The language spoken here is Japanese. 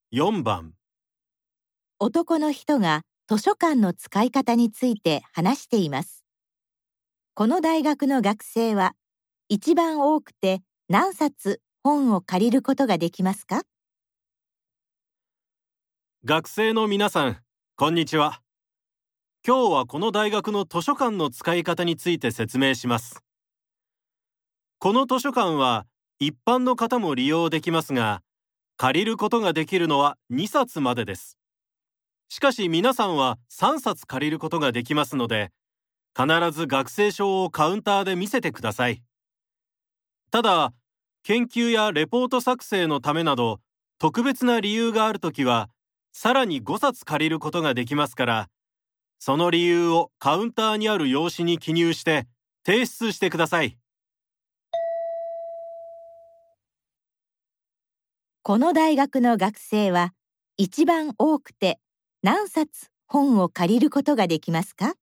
4番。 男の人が図書館の使い方について話しています。この大学の学生は一番多くて何冊本を借りることができますか？ 学生の皆さん、こんにちは。今日はこの大学の図書館の使い方について説明します。この図書館は一般の方も利用できますが、借りることができるのは2冊までです。しかし皆さんは3冊借りることができますので、必ず学生証をカウンターで見せてください。ただ、研究やレポート作成のためなど、特別な理由があるときは、さらに5冊借りることができますから、その理由をカウンターにある用紙に記入して提出してください。 この大学の学生は一番多くて何冊本を借りることができますか？